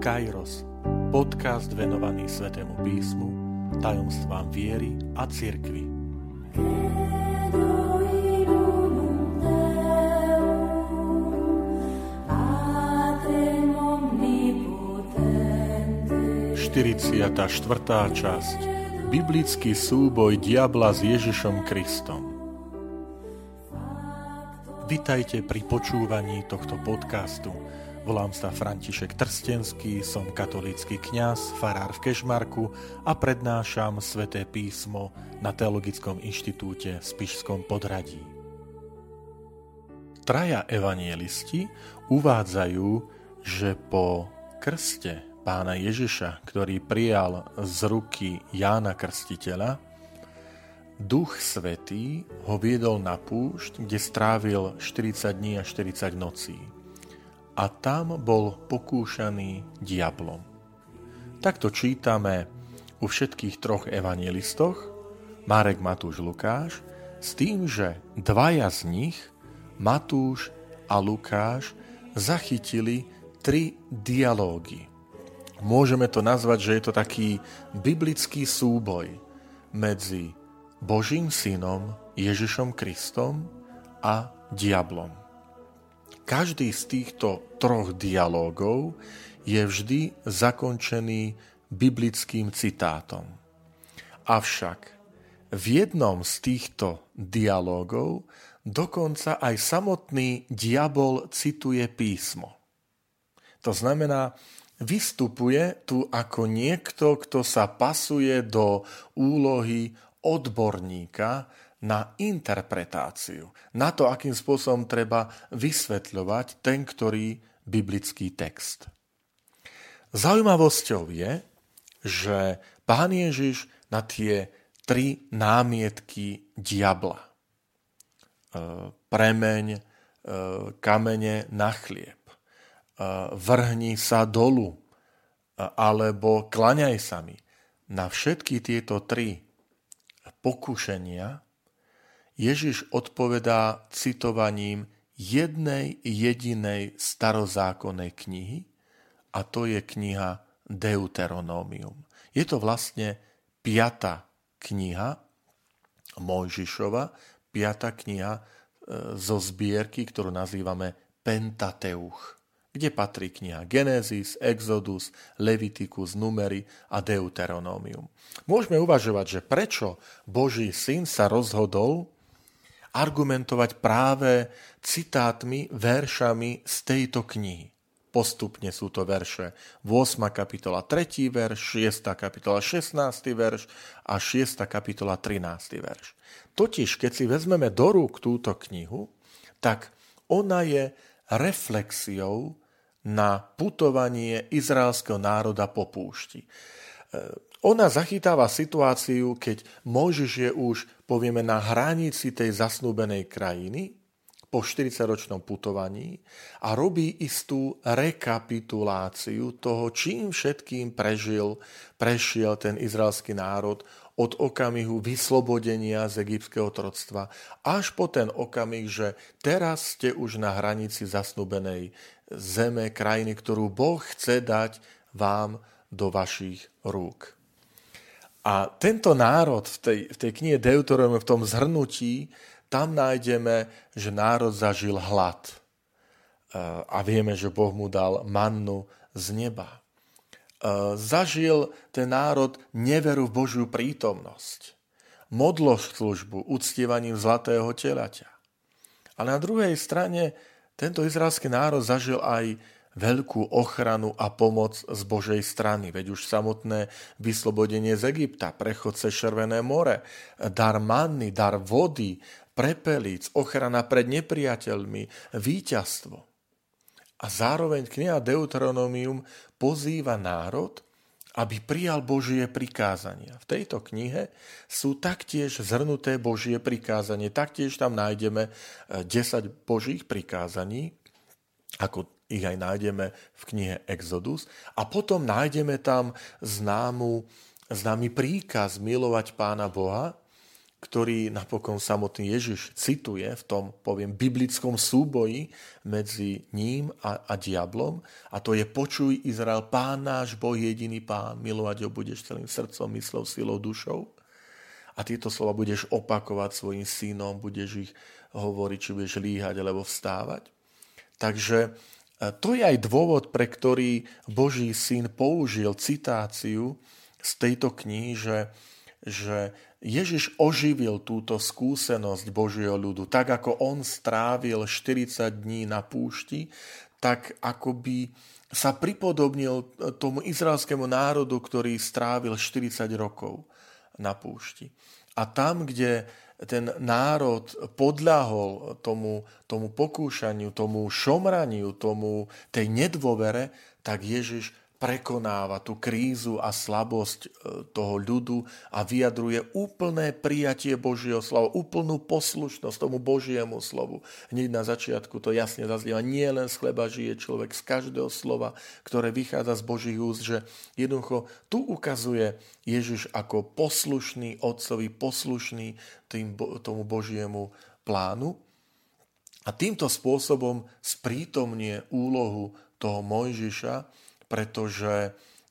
Kairos, podcast venovaný Svätému písmu, tajomstvám viery a cirkvi. Štyridsiata štvrtá časť. Biblický súboj diabla s Ježišom Kristom. Vitajte pri počúvaní tohto podcastu. Volám sa František Trstenský, som katolícky kňaz, farár v Kežmarku a prednášam Sväté písmo na Teologickom inštitúte v Spišskom Podhradí. Traja evanielisti uvádzajú, že po krste Pána Ježiša, ktorý prijal z ruky Jána Krstiteľa, Duch Svätý ho viedol na púšť, kde strávil 40 dní a 40 nocí. A tam bol pokúšaný diablom. Takto čítame u všetkých troch evangelistoch, Marek, Matúš, Lukáš, s tým, že dvaja z nich, Matúš a Lukáš, zachytili 3 dialógy. Môžeme to nazvať, že je to taký biblický súboj medzi Božím synom, Ježišom Kristom a diablom. Každý z týchto troch dialógov je vždy zakončený biblickým citátom. Avšak v jednom z týchto dialógov dokonca aj samotný diabol cituje písmo. To znamená, vystupuje tu ako niekto, kto sa pasuje do úlohy odborníka na interpretáciu, na to, akým spôsobom treba vysvetľovať ten, ktorý biblický text. Zaujímavosťou je, že Pán Ježiš na tie 3 námietky diabla, premeň kamene na chlieb, vrhni sa dolu, alebo klaňaj sa mi, na všetky tieto 3 pokušenia Ježiš odpovedá citovaním jednej jedinej starozákonnej knihy, a to je kniha Deuteronómium. Je to vlastne 5. kniha Mojžišova, 5. kniha zo zbierky, ktorú nazývame Pentateuch, kde patrí kniha Genézis, Exodus, Levitikus, Numeri a Deuteronómium. Môžeme uvažovať, že prečo Boží syn sa rozhodol argumentovať práve citátmi, veršami z tejto knihy. Postupne sú to verše 8. kapitola 3. verš, 6. kapitola 16. verš a 6. kapitola 13. verš. Totiž, keď si vezmeme do rúk túto knihu, tak ona je reflexiou na putovanie izraelského národa po púšti. Ona zachytáva situáciu, keď Mojžiš je už, povieme, na hranici tej zasnúbenej krajiny po 40-ročnom putovaní a robí istú rekapituláciu toho, čím všetkým prešiel ten izraelský národ od okamihu vyslobodenia z egyptského otroctva až po ten okamih, že teraz ste už na hranici zasnúbenej zeme, krajiny, ktorú Boh chce dať vám do vašich rúk. A tento národ v tej knihe Deuteronomium, v tom zhrnutí, tam nájdeme, že národ zažil hlad. A vieme, že Boh mu dal mannu z neba. Zažil ten národ neveru v Božiu prítomnosť. Modloslužbu uctievaním zlatého telaťa. A na druhej strane tento izraelský národ zažil aj veľkú ochranu a pomoc z Božej strany. Veď už samotné vyslobodenie z Egypta, prechod cez Červené more, dar manny, dar vody, prepelíc, ochrana pred nepriateľmi, víťazstvo. A zároveň kniha Deuteronómium pozýva národ, aby prijal Božie prikázania. V tejto knihe sú taktiež zhrnuté Božie prikázanie. Taktiež tam nájdeme 10 Božích prikázaní, ako ich aj nájdeme v knihe Exodus. A potom nájdeme tam známy príkaz milovať Pána Boha, ktorý napokon samotný Ježiš cituje v tom, poviem, biblickom súboji medzi ním a diablom. A to je: počuj, Izrael, Pán náš, Boh jediný Pán, milovať ho budeš celým srdcom, myslou, silou, dušou. A tieto slova budeš opakovať svojim synom, budeš ich hovoriť, či budeš líhať alebo vstávať. Takže to je aj dôvod, pre ktorý Boží syn použil citáciu z tejto knihy, že Ježiš oživil túto skúsenosť Božieho ľudu. Tak ako on strávil 40 dní na púšti, tak akoby sa pripodobnil tomu izraelskému národu, ktorý strávil 40 rokov na púšti. A tam, kde ten národ podľahol tomu pokúšaniu, tomu šomraniu, tej nedôvere, tak Ježiš prekonáva tú krízu a slabosť toho ľudu a vyjadruje úplné prijatie Božieho slova, úplnú poslušnosť tomu Božiemu slovu. Hneď na začiatku to jasne zaznieva: nie len z chleba žije človek, z každého slova, ktoré vychádza z Božích úst, že jednoducho tu ukazuje Ježiš ako poslušný otcovi, poslušný tomu Božiemu plánu. A týmto spôsobom sprítomnie úlohu toho Mojžiša, pretože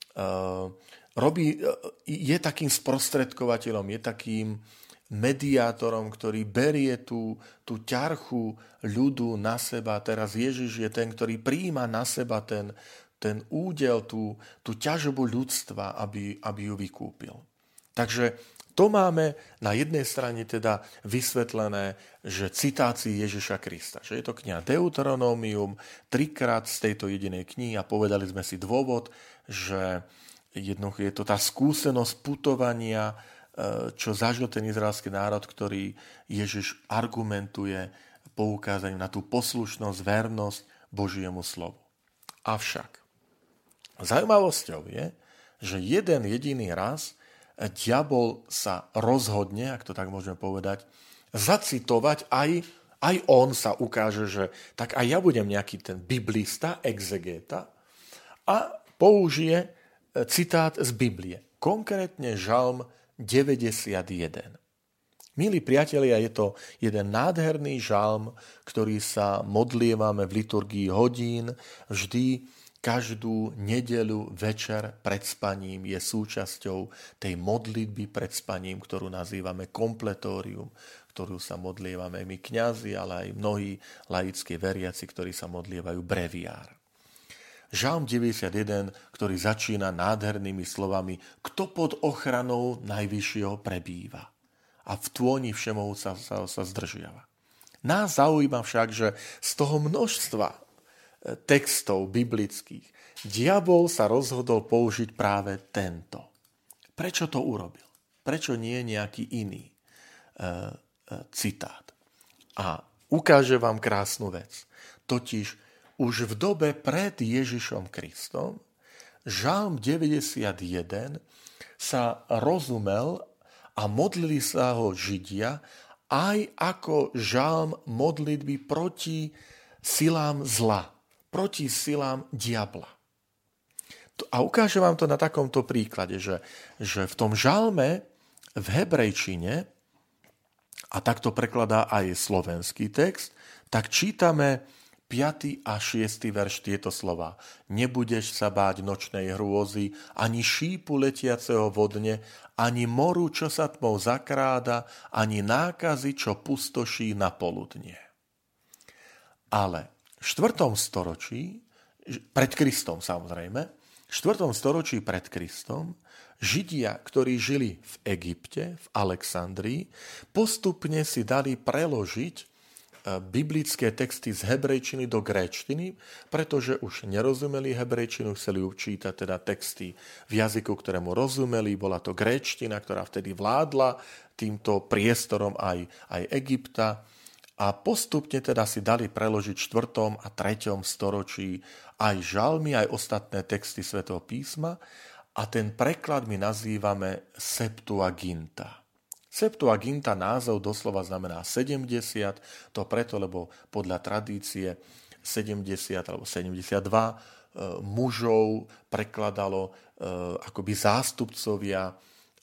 je takým sprostredkovateľom, je takým mediátorom, ktorý berie tú ťarchu ľudu na seba. Teraz Ježiš je ten, ktorý prijíma na seba ten údel, tú ťažobu ľudstva, aby ju vykúpil. Takže to máme na jednej strane teda vysvetlené, že citácii Ježiša Krista. Že je to kniha Deuteronomium, 3-krát z tejto jedinej knihy, a povedali sme si dôvod, že jednoducho je to tá skúsenosť putovania, čo zažil ten izraelský národ, ktorý Ježiš argumentuje poukázaním na tú poslušnosť, vernosť Božiemu slovu. Avšak zaujímavosťou je, že jeden jediný raz diabol sa rozhodne, ak to tak môžeme povedať, zacitovať, aj on sa ukáže, že tak aj ja budem nejaký ten biblista, exegeta, a použije citát z Biblie. Konkrétne Žalm 91. Milí priatelia, je to jeden nádherný žalm, ktorý sa modlievame v liturgii hodín, vždy. Každú nedeľu večer pred spaním je súčasťou tej modlitby pred spaním, ktorú nazývame kompletórium, ktorú sa modlievame my kňazi, ale aj mnohí laickí veriaci, ktorí sa modlievajú breviár. Žalm 91, ktorý začína nádhernými slovami: kto pod ochranou Najvyššieho prebýva a v tôni Všemovca sa zdržiava. Nás zaujíma však, že z toho množstva textov biblických diabol sa rozhodol použiť práve tento. Prečo to urobil? Prečo nie nejaký iný citát? A ukáže vám krásnu vec. Totiž už v dobe pred Ježišom Kristom Žalm 91 sa rozumel a modlili sa ho Židia aj ako žalm modlitby proti silám zla, proti silám diabla. A ukážem vám to na takomto príklade, že v tom žalme v hebrejčine, a takto prekladá aj slovenský text, tak čítame 5. a 6. verš tieto slova. Nebudeš sa báť nočnej hrôzy, ani šípu letiaceho vodne, ani moru, čo sa tmou zakráda, ani nákazy, čo pustoší na poludnie. Ale v 4. storočí, pred Kristom samozrejme, v 4. storočí pred Kristom, Židia, ktorí žili v Egypte, v Alexandrii, postupne si dali preložiť biblické texty z hebrejčiny do gréčtiny, pretože už nerozumeli hebrejčinu, chceli čítať teda texty v jazyku, ktorému rozumeli. Bola to gréčtina, ktorá vtedy vládla týmto priestorom aj Egypta. A postupne teda si dali preložiť v 4. a 3. storočí aj žalmy, aj ostatné texty Svätého písma, a ten preklad my nazývame Septuaginta. Septuaginta názov doslova znamená 70, to preto, lebo podľa tradície 70 alebo 72 mužov prekladalo akoby zástupcovia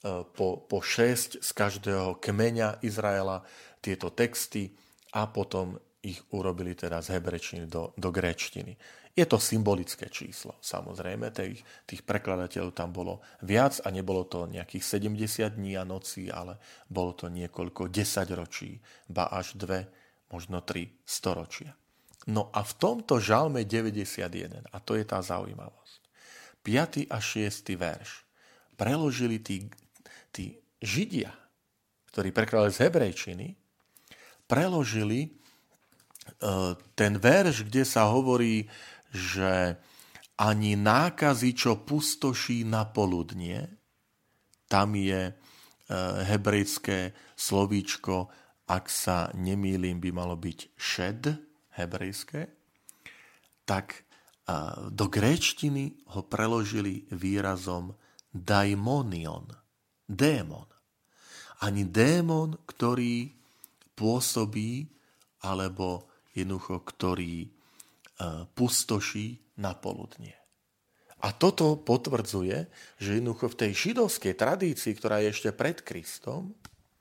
po 6 z každého kmeňa Izraela tieto texty a potom ich urobili teda z hebrečtiny do gréčtiny. Je to symbolické číslo, samozrejme, tých prekladateľov tam bolo viac a nebolo to nejakých 70 dní a nocí, ale bolo to niekoľko 10 ročí, ba až 2, možno 3 storočia. No a v tomto žalme 91, a to je tá zaujímavosť, 5. a 6. verš preložili tí Židia, ktorí prekladali z hebrejčiny, preložili ten verš, kde sa hovorí, že ani nákazy, čo pustoší na poludnie, tam je hebrejské slovíčko, ak sa nemýlim, by malo byť šed, hebrejské, tak do gréčtiny ho preložili výrazom daimonion, démon. Ani démon, ktorý pôsobí, alebo jednoducho, ktorý pustoší na poludnie. A toto potvrdzuje, že jednoducho v tej židovskej tradícii, ktorá je ešte pred Kristom,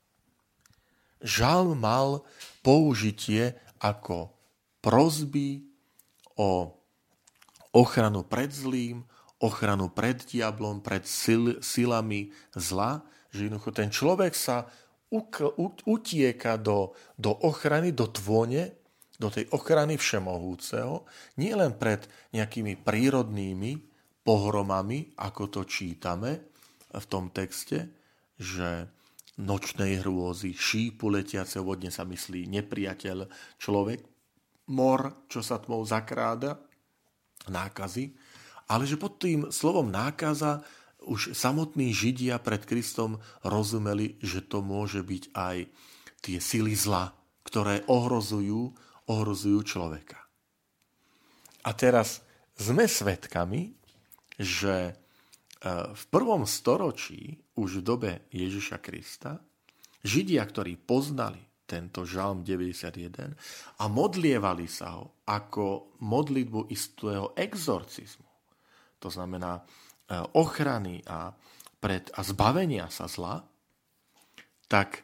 žalm mal použitie ako prosby o ochranu pred zlým, ochranu pred diablom, pred silami zla, že jednoducho ten človek sa utieka do ochrany, do tvone, do tej ochrany všemohúceho, nie len pred nejakými prírodnými pohromami, ako to čítame v tom texte, že nočnej hrôzy, šípu letiaceho vodne sa myslí nepriateľ, človek, mor, čo sa tmou zakráda, nákazy, ale že pod tým slovom nákaza už samotní Židia pred Kristom rozumeli, že to môže byť aj tie sily zla, ktoré ohrozujú človeka. A teraz sme svedkami, že v 1. storočí, už v dobe Ježiša Krista, Židia, ktorí poznali tento žalm 91 a modlievali sa ho ako modlitbu istého exorcizmu, to znamená ochrany a zbavenia sa zla, tak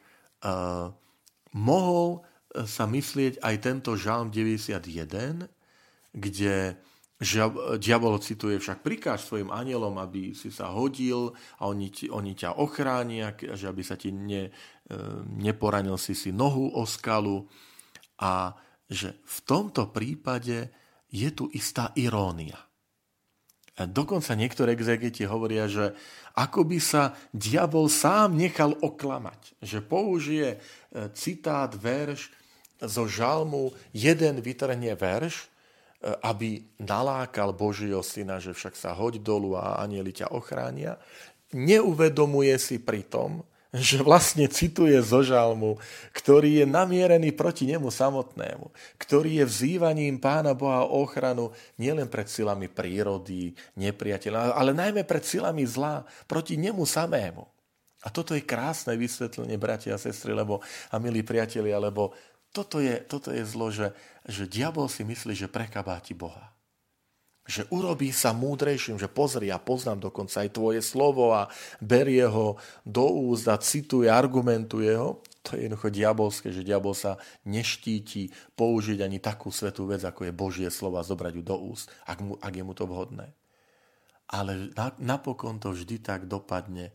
mohol sa myslieť aj tento žalm 91, kde diabol cituje však prikáž svojim anjelom, aby si sa hodil a oni ťa ochránia, že aby sa ti neporanil si nohu o skalu a že v tomto prípade je tu istá irónia. A dokonca niektoré exegeti hovoria, že ako by sa diabol sám nechal oklamať, že použije citát, verš zo žalmu, jeden vytrhne verš, aby nalákal Božieho syna, že však sa hoď dolu a anjeli ťa ochránia. Neuvedomuje si pritom, že vlastne cituje zo žalmu, ktorý je namierený proti nemu samotnému, ktorý je vzývaním Pána Boha o ochranu nielen pred silami prírody, nepriateľa, ale najmä pred silami zla, proti nemu samému. A toto je krásne vysvetlenie, bratia a sestry, a milí priatelia, lebo toto je zlo, že diabol si myslí, že prekabáti Boha. Že urobí sa múdrejším, že pozri, ja poznám dokonca aj tvoje slovo a berie ho do úst a cituje, argumentuje ho. To je jednoducho diabolské, že diabol sa neštíti použiť ani takú svätú vec, ako je Božie slovo, a zobrať ju do úst, ak je mu to vhodné. Ale napokon to vždy tak dopadne,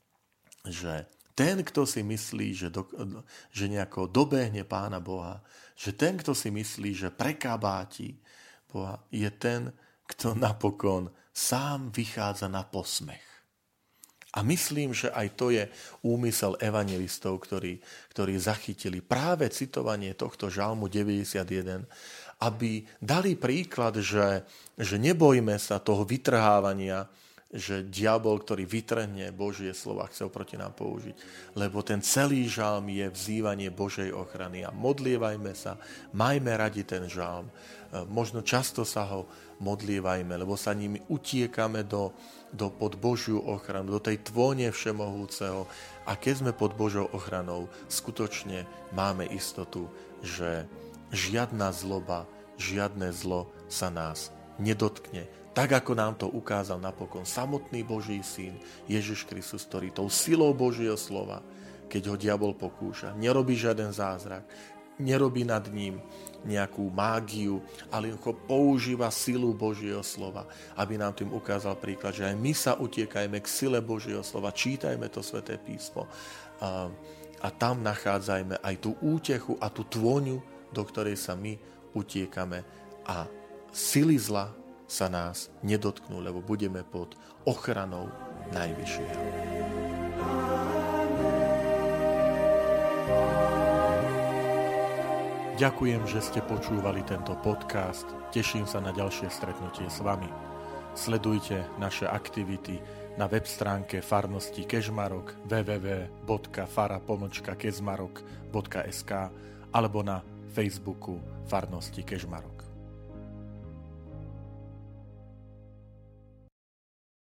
že ten, kto si myslí, že nejako dobehne Pána Boha, že ten, kto si myslí, že prekábáti Boha, je ten, kto napokon sám vychádza na posmech. A myslím, že aj to je úmysel evanjelistov, ktorí zachytili práve citovanie tohto žalmu 91, aby dali príklad, že nebojme sa toho vytrhávania, že diabol, ktorý vytrhne Božie slova, chcel proti nám použiť. Lebo ten celý žalm je vzývanie Božej ochrany. A modlievajme sa, majme radi ten žalm. Možno často sa ho modlievajme, lebo sa nimi utiekame pod Božiu ochranu, do tej tvone všemohúceho. A keď sme pod Božou ochranou, skutočne máme istotu, že žiadna zloba, žiadne zlo sa nás nedotkne, Tak ako nám to ukázal napokon samotný Boží syn Ježiš Kristus, ktorý tou silou Božieho slova, keď ho diabol pokúša, nerobí žiaden zázrak, nerobí nad ním nejakú mágiu, ale používa silu Božieho slova, aby nám tým ukázal príklad, že aj my sa utiekajme k sile Božieho slova, čítajme to Sväté písmo a tam nachádzajme aj tú útechu a tú tôňu, do ktorej sa my utiekame a sily zla sa nás nedotknú, lebo budeme pod ochranou Najvyššieho. Ďakujem, že ste počúvali tento podcast. Teším sa na ďalšie stretnutie s vami. Sledujte naše aktivity na web stránke farnosti Kežmarok www.fara-kezmarok.sk alebo na Facebooku farnosti Kežmarok.